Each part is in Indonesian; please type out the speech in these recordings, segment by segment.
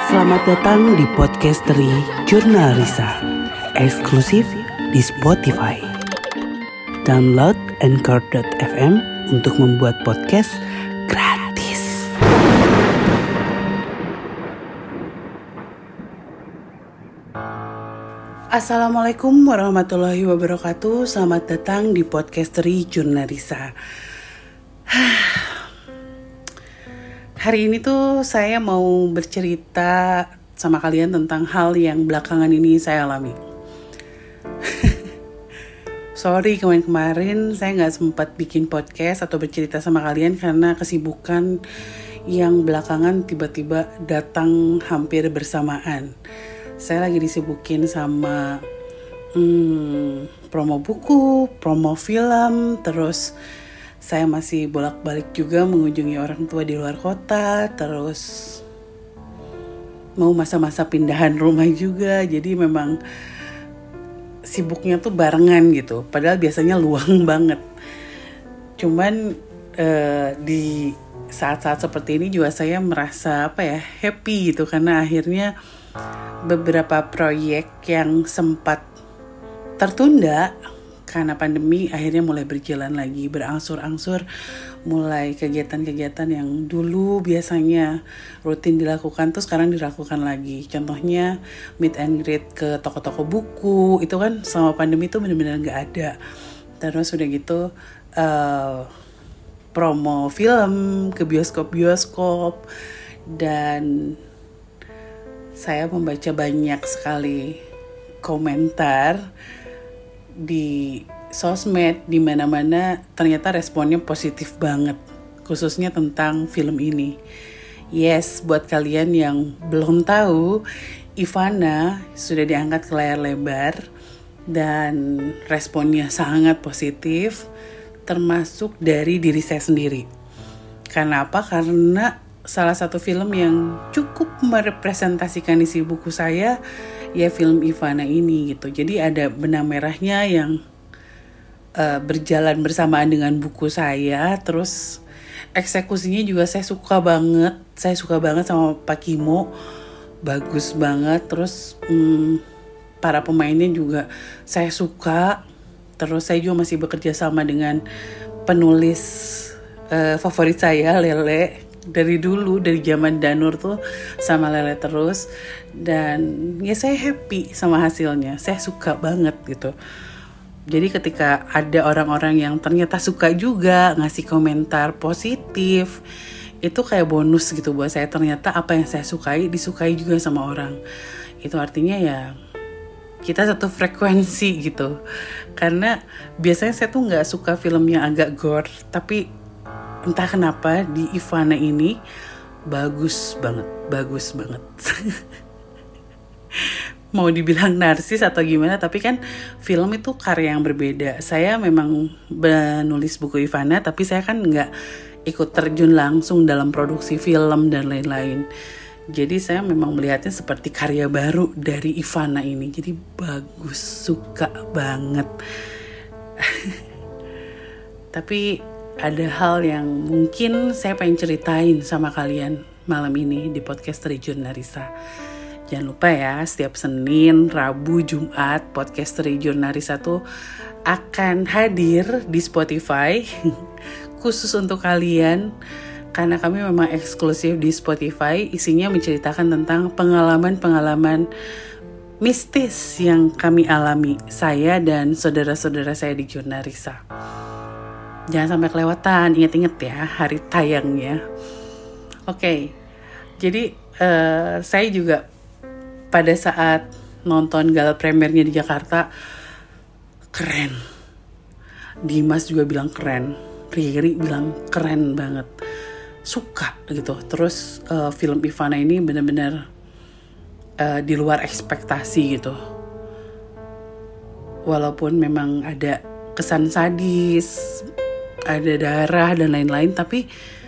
Selamat datang di Podcastery Jurnal Risa, eksklusif di Spotify. Download Anchor.fm untuk membuat podcast gratis. Assalamualaikum warahmatullahi wabarakatuh. Selamat datang di Podcastery Jurnal Risa. Hari ini tuh saya mau bercerita sama kalian tentang hal yang belakangan ini saya alami. Sorry kemarin saya gak sempat bikin podcast atau bercerita sama kalian karena kesibukan yang belakangan tiba-tiba datang hampir bersamaan. Saya lagi disibukin sama promo buku, promo film, terus saya masih bolak-balik juga mengunjungi orang tua di luar kota, terus mau masa-masa pindahan rumah juga. Jadi memang sibuknya tuh barengan gitu, padahal biasanya luang banget. Cuman di saat-saat seperti ini juga saya merasa happy gitu, karena akhirnya beberapa proyek yang sempat tertunda karena pandemi akhirnya mulai berjalan lagi, berangsur-angsur. Mulai kegiatan-kegiatan yang dulu biasanya rutin dilakukan tuh sekarang dilakukan lagi. Contohnya meet and greet ke toko-toko buku, itu kan selama pandemi tuh benar-benar gak ada. Terus udah gitu promo film ke bioskop-bioskop, dan saya membaca banyak sekali komentar di sosmed, di mana-mana ternyata responnya positif banget, khususnya tentang film ini. Yes, buat kalian yang belum tahu, Ivana sudah diangkat ke layar lebar dan responnya sangat positif, termasuk dari diri saya sendiri. Karena apa? Karena salah satu film yang cukup merepresentasikan isi buku saya, ya film Ivana ini gitu. Jadi ada benang merahnya yang berjalan bersamaan dengan buku saya. Terus eksekusinya juga saya suka banget. Saya suka banget sama Pak Kimo, bagus banget. Terus para pemainnya juga saya suka. Terus saya juga masih bekerja sama dengan penulis favorit saya, Lele. Dari dulu, dari zaman Danur tuh sama Lele terus. Dan ya saya happy sama hasilnya, saya suka banget gitu. Jadi ketika ada orang-orang yang ternyata suka juga, ngasih komentar positif, itu kayak bonus gitu buat saya. Ternyata apa yang saya sukai disukai juga sama orang. Itu artinya ya kita satu frekuensi gitu. Karena biasanya saya tuh gak suka film yang agak gore, tapi entah kenapa di Ivana ini bagus banget. Mau dibilang narsis atau gimana, tapi kan film itu karya yang berbeda. Saya memang menulis buku Ivana, tapi saya kan gak ikut terjun langsung dalam produksi film dan lain-lain. Jadi saya memang melihatnya seperti karya baru dari Ivana ini. Jadi bagus, suka banget. Tapi ada hal yang mungkin saya pengen ceritain sama kalian malam ini di Podcastery Jurnal Risa. Jangan lupa ya, setiap Senin, Rabu, Jumat Podcastery Jurnal Risa tuh akan hadir di Spotify khusus untuk kalian, karena kami memang eksklusif di Spotify. Isinya menceritakan tentang pengalaman-pengalaman mistis yang kami alami, saya dan saudara-saudara saya di Jurnal Risa. Jangan sampai kelewatan, ingat-ingat ya hari tayangnya. Oke, jadi saya juga pada saat nonton gala premiernya di Jakarta, keren. Dimas juga bilang keren, Riri bilang keren banget, suka gitu. Terus film Ivana ini benar-benar di luar ekspektasi gitu. Walaupun memang ada kesan sadis, ada darah dan lain-lain, tapi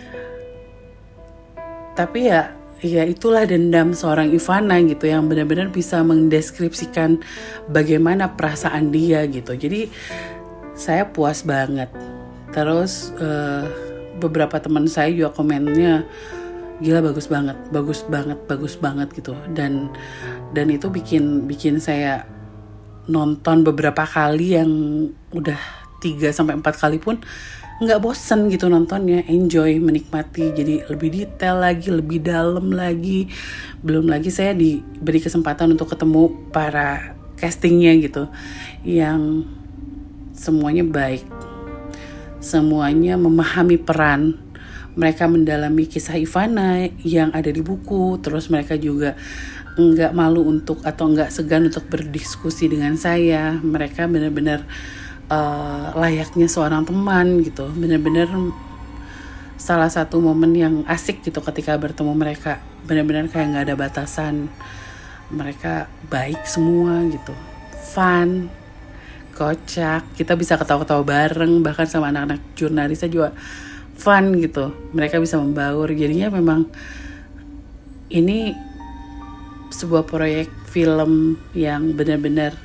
ya itulah dendam seorang Ivana gitu, yang benar-benar bisa mendeskripsikan bagaimana perasaan dia gitu. Jadi saya puas banget. Terus beberapa teman saya juga komennya, gila bagus banget gitu. Dan itu bikin saya nonton beberapa kali, yang udah 3-4 kali pun nggak bosen gitu nontonnya, enjoy, menikmati, jadi lebih detail lagi, lebih dalam lagi. Belum lagi saya diberi kesempatan untuk ketemu para castingnya gitu, yang semuanya baik, semuanya memahami peran. Mereka mendalami kisah Ivana yang ada di buku, terus mereka juga nggak malu untuk atau nggak segan untuk berdiskusi dengan saya. Mereka benar-benar layaknya seorang teman gitu. Benar-benar salah satu momen yang asik gitu ketika bertemu mereka. Benar-benar kayak nggak ada batasan. Mereka baik semua gitu, fun, kocak. Kita bisa ketawa-ketawa bareng, bahkan sama anak-anak jurnalisnya juga fun gitu. Mereka bisa membaur. Jadinya memang ini sebuah proyek film yang benar-benar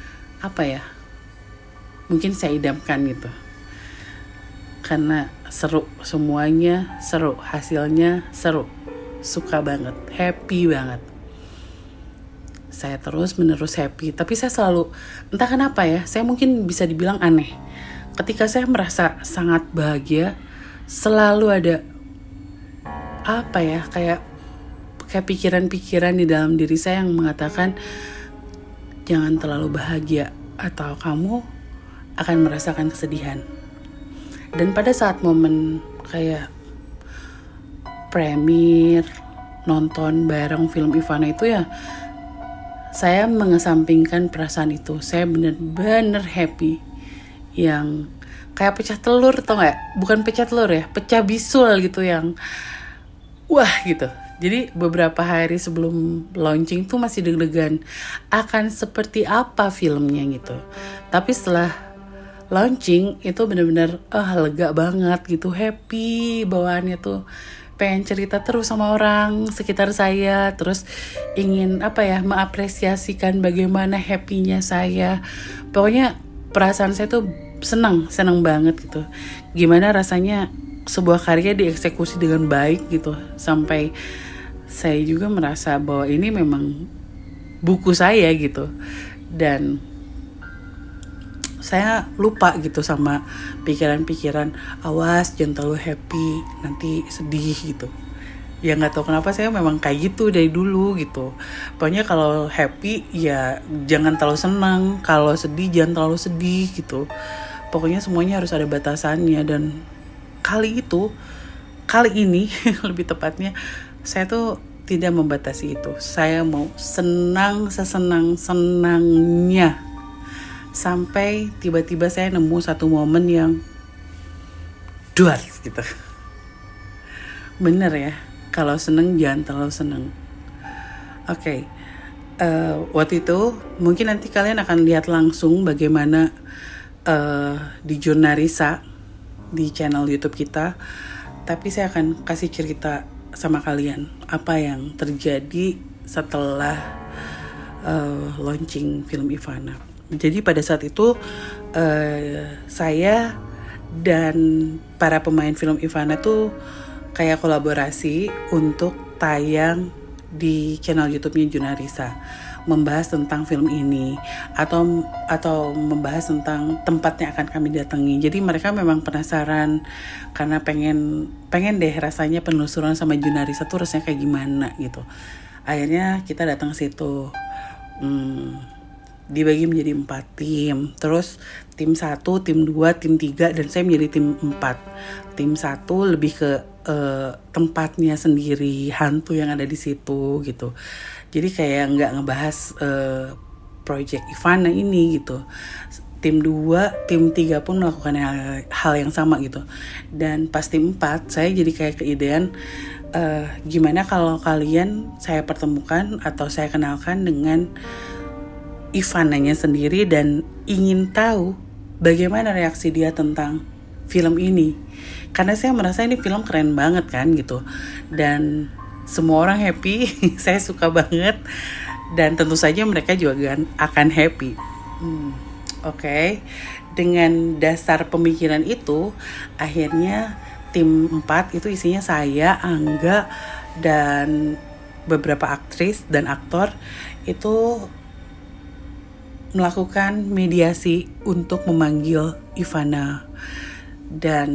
mungkin saya idamkan gitu, karena seru, semuanya seru, hasilnya seru, suka banget, happy banget. Saya terus menerus happy, tapi saya selalu, entah kenapa ya, saya mungkin bisa dibilang aneh. Ketika saya merasa sangat bahagia, selalu ada kayak pikiran-pikiran di dalam diri saya yang mengatakan jangan terlalu bahagia atau kamu akan merasakan kesedihan. Dan pada saat momen kayak premier nonton bareng film Ivana itu ya, saya mengesampingkan perasaan itu. Saya benar-benar happy, yang kayak pecah telur, tau gak? Bukan pecah telur ya, pecah bisul gitu, yang wah gitu. Jadi beberapa hari sebelum launching tuh masih deg-degan akan seperti apa filmnya gitu. Tapi setelah launching itu benar-benar lega banget gitu, happy bawaannya tuh. Pengen cerita terus sama orang sekitar saya, terus ingin mengapresiasikan bagaimana happy-nya saya. Pokoknya perasaan saya tuh senang banget gitu. Gimana rasanya sebuah karya dieksekusi dengan baik gitu, sampai saya juga merasa bahwa ini memang buku saya gitu. Dan saya lupa gitu sama pikiran-pikiran, awas jangan terlalu happy, nanti sedih gitu. Ya gak tahu kenapa saya memang kayak gitu dari dulu gitu. Pokoknya kalau happy ya jangan terlalu senang, kalau sedih jangan terlalu sedih gitu. Pokoknya semuanya harus ada batasannya. Dan kali ini lebih tepatnya, saya tuh tidak membatasi itu. Saya mau senang sesenang-senangnya. Sampai tiba-tiba saya nemu satu momen yang duar gitu. Bener ya, kalau seneng jangan terlalu seneng. Oke. Waktu itu mungkin nanti kalian akan lihat langsung bagaimana di Jurnarisa, di channel YouTube kita. Tapi saya akan kasih cerita sama kalian apa yang terjadi setelah launching film Ivana. Jadi pada saat itu saya dan para pemain film Ivana tuh kayak kolaborasi untuk tayang di channel YouTube-nya Jurnarisa, membahas tentang film ini atau membahas tentang tempat yang akan kami datangi. Jadi mereka memang penasaran karena pengen deh rasanya penelusuran sama Jurnarisa tuh rasanya kayak gimana gitu. Akhirnya kita datang ke situ. Dibagi menjadi 4 tim. Terus tim 1, tim 2, tim 3, dan saya menjadi tim 4. Tim 1 lebih ke tempatnya sendiri, hantu yang ada di situ gitu. Jadi kayak nggak ngebahas project Ivana ini gitu. Tim 2, tim 3 pun melakukan hal yang sama gitu. Dan pas tim 4 saya jadi kayak keidean, gimana kalau kalian saya pertemukan atau saya kenalkan dengan Ivananya sendiri, dan ingin tahu bagaimana reaksi dia tentang film ini. Karena saya merasa ini film keren banget kan gitu. Dan semua orang happy, saya suka banget. Dan tentu saja mereka juga akan happy. Oke. Dengan dasar pemikiran itu, akhirnya tim 4 itu isinya saya, Angga, dan beberapa aktris dan aktor itu melakukan mediasi untuk memanggil Ivana, dan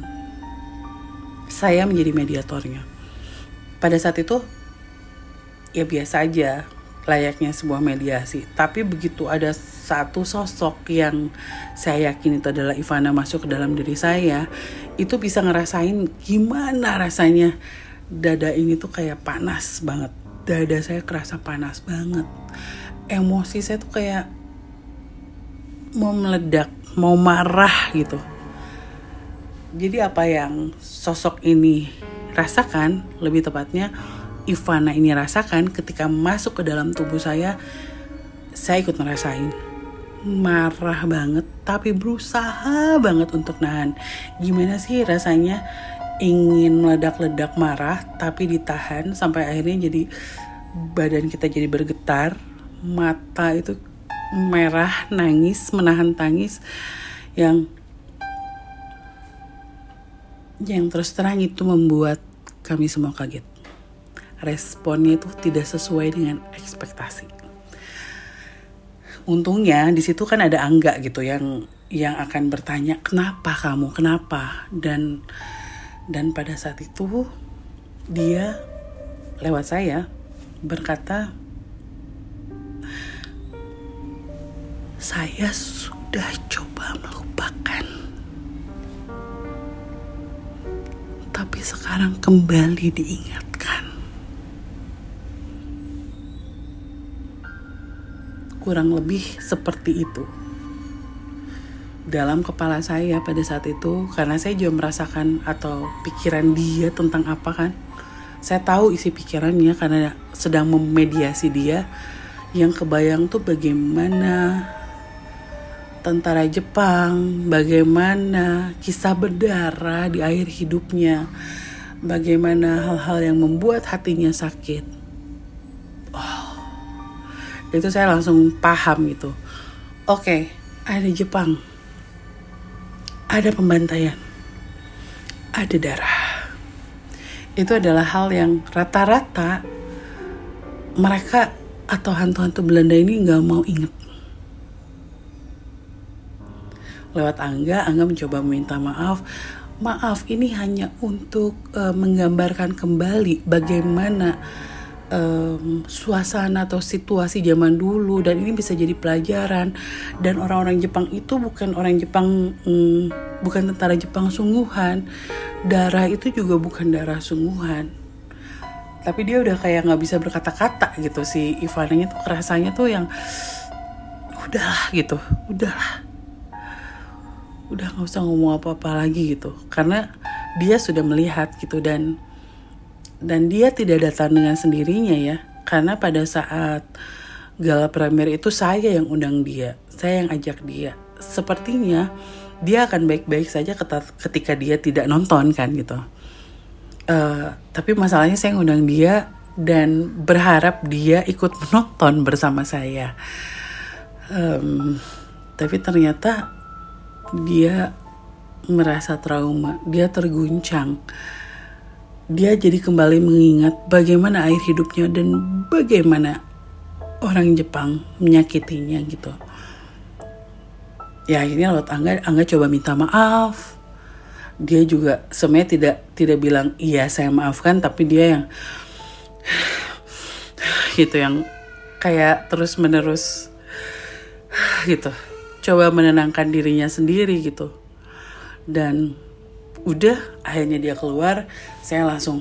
saya menjadi mediatornya. Pada saat itu ya biasa aja, layaknya sebuah mediasi. Tapi begitu ada satu sosok yang saya yakin itu adalah Ivana masuk ke dalam diri saya, itu bisa ngerasain gimana rasanya dada ini tuh kayak panas banget. Dada saya kerasa panas banget. Emosi saya tuh kayak mau meledak, mau marah gitu. Jadi apa yang sosok ini rasakan, lebih tepatnya Ivana ini rasakan ketika masuk ke dalam tubuh saya ikut ngerasain. Marah banget, tapi berusaha banget untuk nahan. Gimana sih rasanya ingin meledak-ledak marah, tapi ditahan sampai akhirnya jadi badan kita jadi bergetar, mata itu merah, nangis, menahan tangis yang terus terang itu membuat kami semua kaget. Responnya itu tidak sesuai dengan ekspektasi. Untungnya di situ kan ada Angga gitu yang akan bertanya, kenapa kamu, kenapa? Dan pada saat itu dia lewat saya berkata, saya sudah coba melupakan, tapi sekarang kembali diingatkan. Kurang lebih seperti itu dalam kepala saya pada saat itu, karena saya juga merasakan atau pikiran dia tentang apa kan. Saya tahu isi pikirannya karena sedang memediasi dia. Yang kebayang tuh bagaimana tentara Jepang, bagaimana kisah berdarah di akhir hidupnya, bagaimana hal-hal yang membuat hatinya sakit. Itu saya langsung paham gitu. Oke, ada Jepang, ada pembantaian, ada darah. Itu adalah hal yang rata-rata mereka atau hantu-hantu Belanda ini gak mau inget. Lewat Angga mencoba meminta maaf. Maaf, ini hanya untuk menggambarkan kembali bagaimana suasana atau situasi zaman dulu, dan ini bisa jadi pelajaran. Dan orang-orang Jepang itu bukan orang Jepang, bukan tentara Jepang sungguhan. Darah itu juga bukan darah sungguhan. Tapi dia udah kayak nggak bisa berkata-kata gitu, si Ivananya tuh rasanya tuh yang udahlah gitu, udah nggak usah ngomong apa-apa lagi gitu, karena dia sudah melihat gitu. Dan dia tidak datang dengan sendirinya ya, karena pada saat gala premier itu saya yang undang dia, saya yang ajak dia. Sepertinya dia akan baik-baik saja ketika dia tidak nonton kan gitu. Tapi masalahnya saya ngundang dia dan berharap dia ikut menonton bersama saya. Tapi ternyata dia merasa trauma, dia terguncang. Dia jadi kembali mengingat bagaimana akhir hidupnya dan bagaimana orang Jepang menyakitinya gitu. Ya akhirnya lewat Angga coba minta maaf. Dia juga sebenarnya tidak bilang iya saya maafkan, tapi dia yang gitu, yang kayak terus menerus gitu, coba menenangkan dirinya sendiri gitu. Dan udah akhirnya dia keluar, saya langsung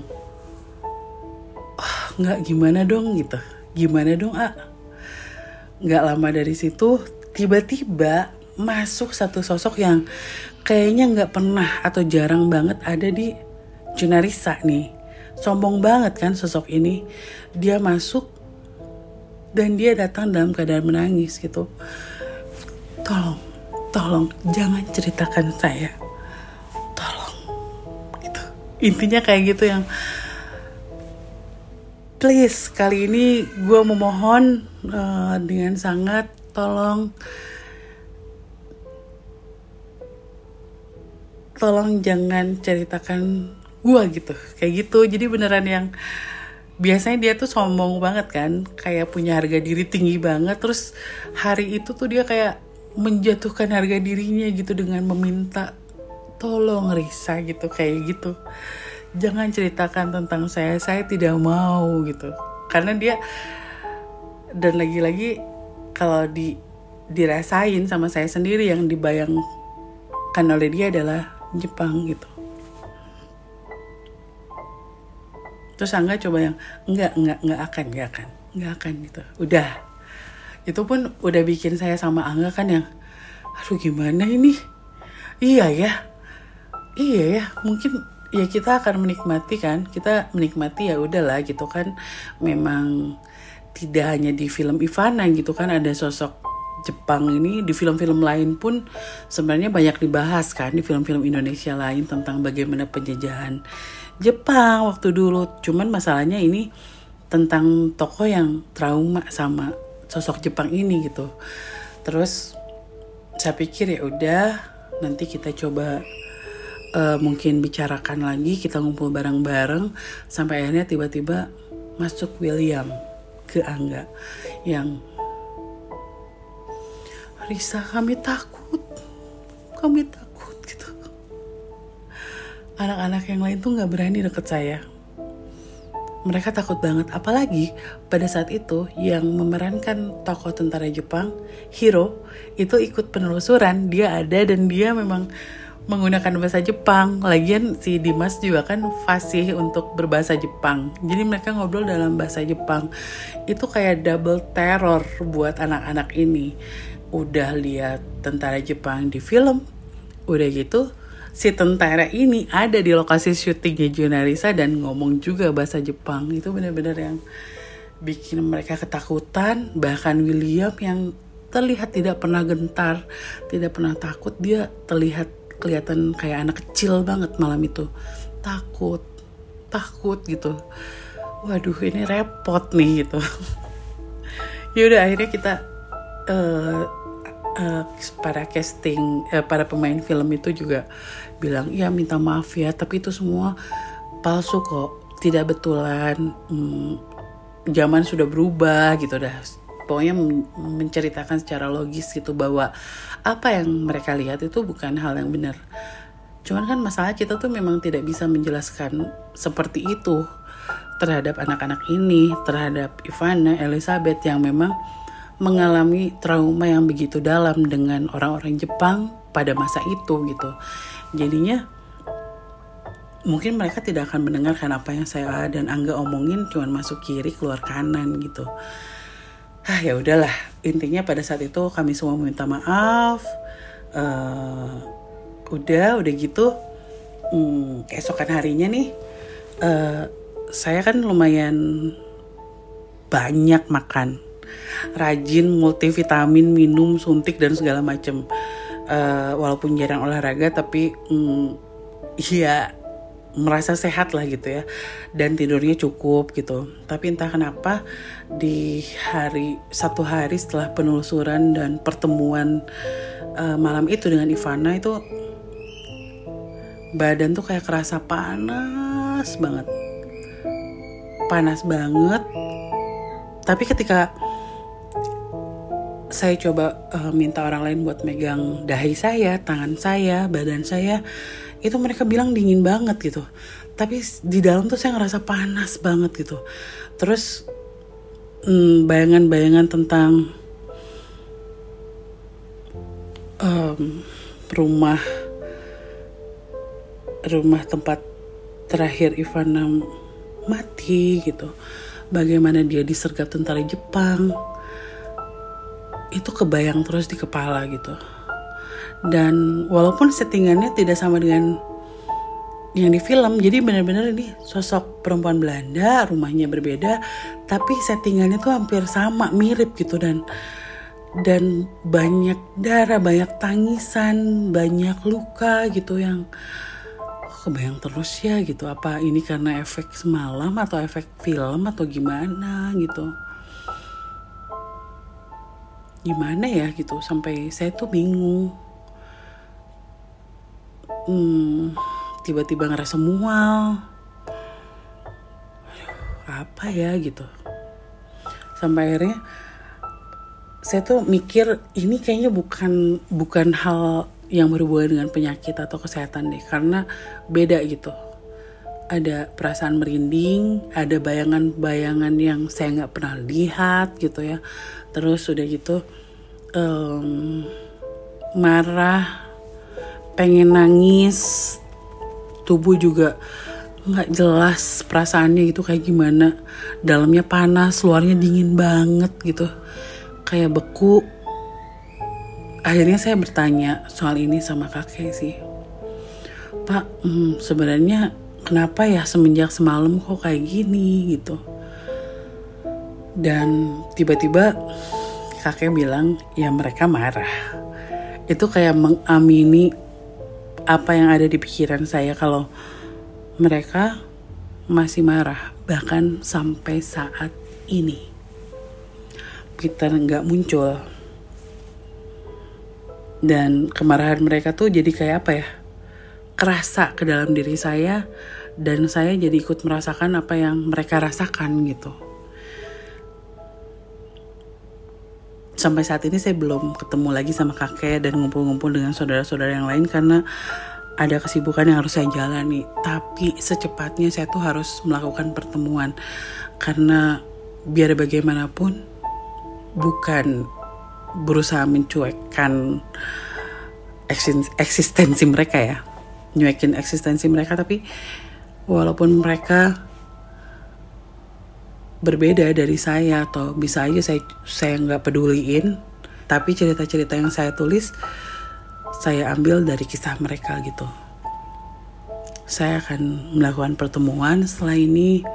nggak gimana dong gitu, gimana dong nggak lama dari situ tiba-tiba masuk satu sosok yang kayaknya nggak pernah atau jarang banget ada di Junarisa nih. Sombong banget kan sosok ini. Dia masuk dan dia datang dalam keadaan menangis gitu. Tolong jangan ceritakan saya, tolong gitu. Intinya kayak gitu, yang please kali ini gue memohon dengan sangat, tolong jangan ceritakan gue gitu, kayak gitu. Jadi beneran yang biasanya dia tuh sombong banget kan, kayak punya harga diri tinggi banget. Terus hari itu tuh dia kayak menjatuhkan harga dirinya gitu dengan meminta tolong Risa gitu, kayak gitu. Jangan ceritakan tentang saya tidak mau gitu. Karena dia, dan lagi-lagi kalau dirasain sama saya sendiri, yang dibayangkan oleh dia adalah Jepang gitu. Terus Angga coba yang enggak akan gitu. Udah. Itu pun udah bikin saya sama Angga kan yang aduh gimana ini? Iya ya, mungkin ya kita akan menikmati kan. Kita menikmati ya udahlah gitu kan. Memang tidak hanya di film Ivana gitu kan, ada sosok Jepang ini di film-film lain pun sebenarnya banyak dibahas kan, di film-film Indonesia lain tentang bagaimana penjajahan Jepang waktu dulu. Cuman masalahnya ini tentang tokoh yang trauma sama sosok Jepang ini gitu. Terus saya pikir ya udah, nanti kita coba mungkin bicarakan lagi, kita ngumpul bareng-bareng, sampai akhirnya tiba-tiba masuk William ke Angga yang Risa kami takut gitu. Anak-anak yang lain tuh gak berani deket saya. Mereka takut banget, apalagi pada saat itu yang memerankan tokoh tentara Jepang, Hiro, itu ikut penelusuran. Dia ada dan dia memang menggunakan bahasa Jepang. Lagian si Dimas juga kan fasih untuk berbahasa Jepang. Jadi mereka ngobrol dalam bahasa Jepang. Itu kayak double terror buat anak-anak ini. Udah lihat tentara Jepang di film, udah gitu si tentara ini ada di lokasi syutingnya Junarisa dan ngomong juga bahasa Jepang. Itu benar-benar yang bikin mereka ketakutan. Bahkan William yang terlihat tidak pernah gentar, tidak pernah takut, dia kelihatan kayak anak kecil banget malam itu. Takut gitu. Waduh, ini repot nih gitu. Yaudah akhirnya kita para pemain film itu juga bilang ya minta maaf ya, tapi itu semua palsu kok, tidak betulan. Zaman sudah berubah gitu dah. Pokoknya menceritakan secara logis gitu bahwa apa yang mereka lihat itu bukan hal yang benar. Cuman kan masalah kita tuh memang tidak bisa menjelaskan seperti itu terhadap anak-anak ini, terhadap Ivana, Elizabeth yang memang mengalami trauma yang begitu dalam dengan orang-orang Jepang pada masa itu gitu. Jadinya mungkin mereka tidak akan mendengarkan apa yang saya dan Angga omongin, cuman masuk kiri keluar kanan gitu. Ya udahlah, intinya pada saat itu kami semua minta maaf. Udah gitu. Keesokan harinya nih, saya kan lumayan banyak makan, rajin multivitamin, minum suntik dan segala macam. Walaupun jarang olahraga, tapi ya merasa sehat lah gitu ya, dan tidurnya cukup gitu. Tapi entah kenapa di satu hari setelah penelusuran dan pertemuan malam itu dengan Ivana, itu badan tuh kayak kerasa panas banget. Tapi ketika saya coba minta orang lain buat megang dahi saya, tangan saya, badan saya, itu mereka bilang dingin banget gitu. Tapi di dalam tuh saya ngerasa panas banget gitu. Terus bayangan-bayangan tentang rumah tempat terakhir Ivana mati gitu. Bagaimana dia disergap tentara Jepang. Itu kebayang terus di kepala gitu. Dan walaupun settingannya tidak sama dengan yang di film, jadi benar-benar ini sosok perempuan Belanda, rumahnya berbeda, tapi settingannya tuh hampir sama, mirip gitu, dan banyak darah, banyak tangisan, banyak luka gitu yang kebayang terus ya gitu. Apa ini karena efek semalam atau efek film atau gimana gitu. Gimana ya gitu, sampai saya tuh bingung. Tiba-tiba ngerasa mual. apa ya gitu. Sampai akhirnya saya tuh mikir ini kayaknya bukan hal yang berhubungan dengan penyakit atau kesehatan deh, karena beda gitu. Ada perasaan merinding, ada bayangan-bayangan yang saya nggak pernah lihat gitu ya. Terus udah gitu marah, pengen nangis, tubuh juga nggak jelas perasaannya gitu kayak gimana. Dalamnya panas, luarnya dingin banget gitu, kayak beku. Akhirnya saya bertanya soal ini sama kakek sih. Pak, sebenarnya kenapa ya semenjak semalam kok kayak gini gitu. Dan tiba-tiba kakek bilang ya mereka marah. Itu kayak mengamini apa yang ada di pikiran saya, kalau mereka masih marah bahkan sampai saat ini. Peter nggak muncul, dan kemarahan mereka tuh jadi kayak apa ya, kerasa ke dalam diri saya, dan saya jadi ikut merasakan apa yang mereka rasakan gitu. Sampai saat ini saya belum ketemu lagi sama kakek dan ngumpul-ngumpul dengan saudara-saudara yang lain karena ada kesibukan yang harus saya jalani. Tapi secepatnya saya tuh harus melakukan pertemuan, karena biar bagaimanapun bukan berusaha mencuekkan eksistensi mereka ya, nyuekin eksistensi mereka, tapi walaupun mereka berbeda dari saya atau bisa aja saya nggak peduliin, tapi cerita-cerita yang saya tulis saya ambil dari kisah mereka gitu. Saya akan melakukan pertemuan setelah ini,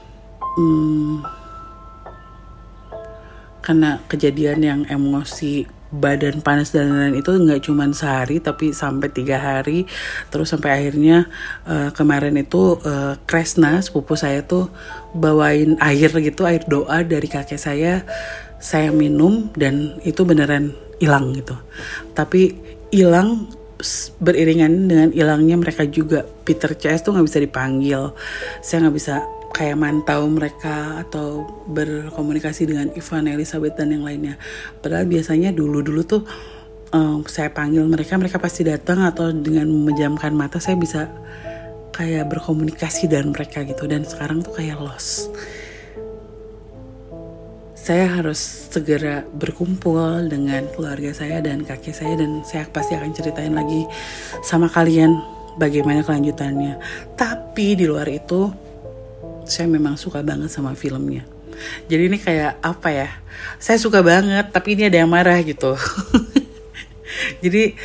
karena kejadian yang emosi, badan panas dan lain-lain itu nggak cuma sehari tapi sampai 3 hari. Terus sampai akhirnya kemarin itu Kresna sepupu saya tuh bawain air gitu, air doa dari kakek saya minum dan itu beneran hilang gitu. Tapi hilang beriringan dengan hilangnya mereka juga. Peter CS tuh nggak bisa dipanggil, saya nggak bisa kayak mantau mereka atau berkomunikasi dengan Ivan, Elizabeth dan yang lainnya. Padahal biasanya dulu tuh saya panggil mereka pasti datang, atau dengan memejamkan mata saya bisa kayak berkomunikasi dengan mereka gitu. Dan sekarang tuh kayak lost. Saya harus segera berkumpul dengan keluarga saya dan kakek saya, dan saya pasti akan ceritain lagi sama kalian bagaimana kelanjutannya. Tapi di luar itu, saya memang suka banget sama filmnya. Jadi ini kayak apa ya, saya suka banget tapi ini ada yang marah gitu. Jadi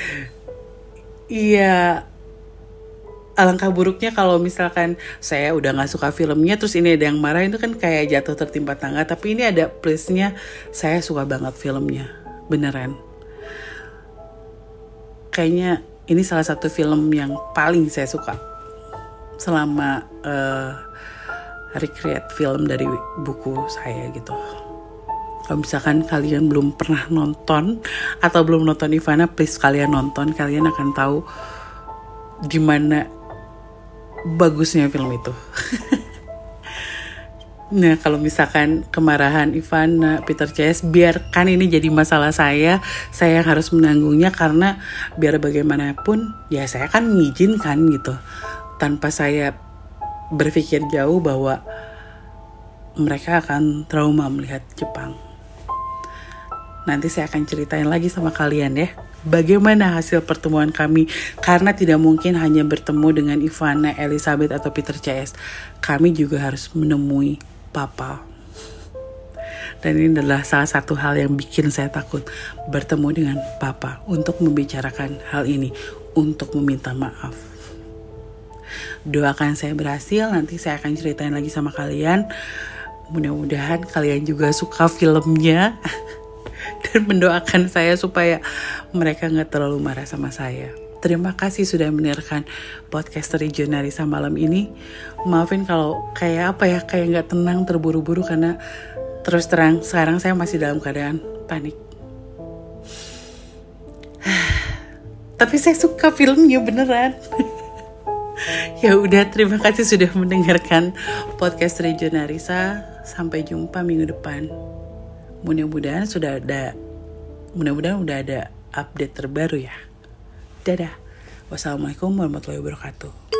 iya, alangkah buruknya kalau misalkan saya udah gak suka filmnya terus ini ada yang marah, itu kan kayak jatuh tertimpa tangga. Tapi ini ada plusnya, saya suka banget filmnya, beneran. Kayaknya ini salah satu film yang paling saya suka selama recreate film dari buku saya gitu. Kalau misalkan kalian belum pernah nonton atau belum nonton Ivana, please kalian nonton, kalian akan tahu gimana bagusnya film itu. Nah, kalau misalkan kemarahan Ivana, Peter CS, biarkan ini jadi masalah saya yang harus menanggungnya, karena biar bagaimanapun ya saya kan mengizinkan gitu, tanpa saya berpikir jauh bahwa mereka akan trauma melihat Jepang. Nanti saya akan ceritain lagi sama kalian ya, bagaimana hasil pertemuan kami, karena tidak mungkin hanya bertemu dengan Ivana, Elizabeth atau Peter CS. Kami juga harus menemui Papa. Dan ini adalah salah satu hal yang bikin saya takut, bertemu dengan Papa untuk membicarakan hal ini, untuk meminta maaf. Doakan saya berhasil, nanti saya akan ceritain lagi sama kalian. Mudah-mudahan kalian juga suka filmnya dan mendoakan saya supaya mereka gak terlalu marah sama saya. Terima kasih sudah mendengarkan podcast Regionalisa malam ini. Maafin kalau kayak gak tenang, terburu-buru, karena terus terang sekarang saya masih dalam keadaan panik. Tapi saya suka filmnya beneran. Ya udah, terima kasih sudah mendengarkan podcast Regionarisa. Sampai jumpa minggu depan. Mudah-mudahan udah ada update terbaru ya. Dadah. Wassalamualaikum warahmatullahi wabarakatuh.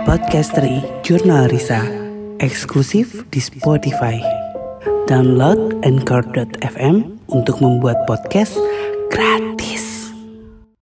Podcasteri Jurnal Risa, eksklusif di Spotify. Download Anchor.fm untuk membuat podcast gratis.